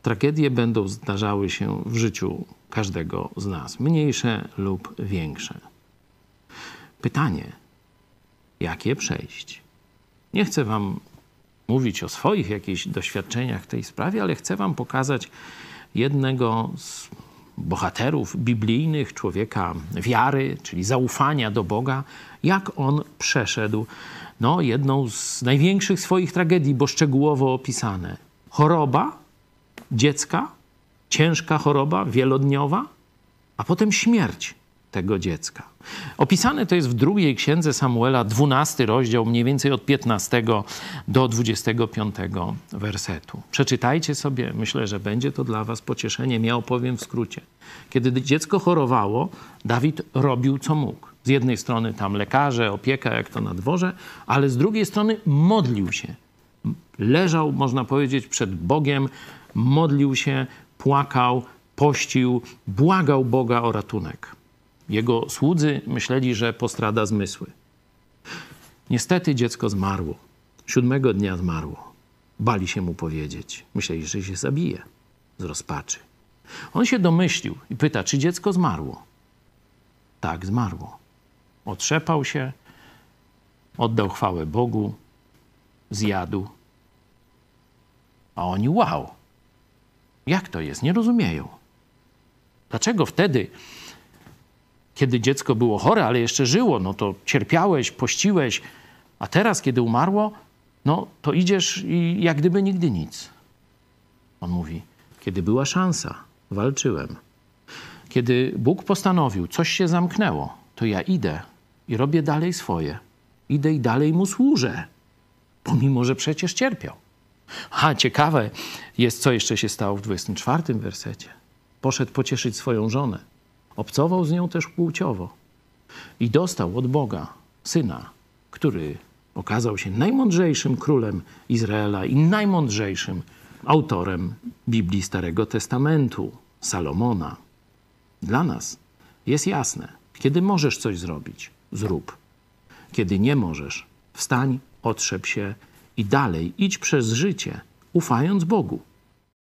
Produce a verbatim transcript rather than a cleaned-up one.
Tragedie będą zdarzały się w życiu każdego z nas, mniejsze lub większe. Pytanie, jak je przejść? Nie chcę wam mówić o swoich jakichś doświadczeniach w tej sprawie, ale chcę wam pokazać jednego z bohaterów biblijnych, człowieka wiary, czyli zaufania do Boga, jak on przeszedł no, jedną z największych swoich tragedii, bo szczegółowo opisane. Choroba dziecka, ciężka choroba, wielodniowa, a potem śmierć tego dziecka. Opisane to jest w drugiej księdze Samuela, dwunasty rozdział, mniej więcej od piętnastego do dwudziestego piątego wersetu. Przeczytajcie sobie, myślę, że będzie to dla was pocieszeniem. Ja opowiem w skrócie. Kiedy dziecko chorowało, Dawid robił co mógł. Z jednej strony tam lekarze, opieka, jak to na dworze, ale z drugiej strony modlił się. Leżał, można powiedzieć, przed Bogiem, modlił się, płakał, pościł, błagał Boga o ratunek. Jego słudzy myśleli, że postrada zmysły. Niestety dziecko zmarło. Siódmego dnia zmarło. Bali się mu powiedzieć. Myśleli, że się zabije z rozpaczy. On się domyślił i pyta, czy dziecko zmarło? Tak, zmarło. Otrzepał się, oddał chwałę Bogu, zjadł. A oni, wow, jak to jest? Nie rozumieją. Dlaczego wtedy, kiedy dziecko było chore, ale jeszcze żyło, no to cierpiałeś, pościłeś, a teraz, kiedy umarło, no to idziesz i jak gdyby nigdy nic. On mówi, kiedy była szansa, walczyłem. Kiedy Bóg postanowił, coś się zamknęło, to ja idę i robię dalej swoje. Idę i dalej mu służę, pomimo że przecież cierpiał. A ciekawe jest, co jeszcze się stało w dwudziestym czwartym wersecie. Poszedł pocieszyć swoją żonę. Obcował z nią też płciowo. I dostał od Boga syna, który okazał się najmądrzejszym królem Izraela i najmądrzejszym autorem Biblii Starego Testamentu, Salomona. Dla nas jest jasne, kiedy możesz coś zrobić, zrób. Kiedy nie możesz, wstań, otrzep się i dalej idź przez życie, ufając Bogu.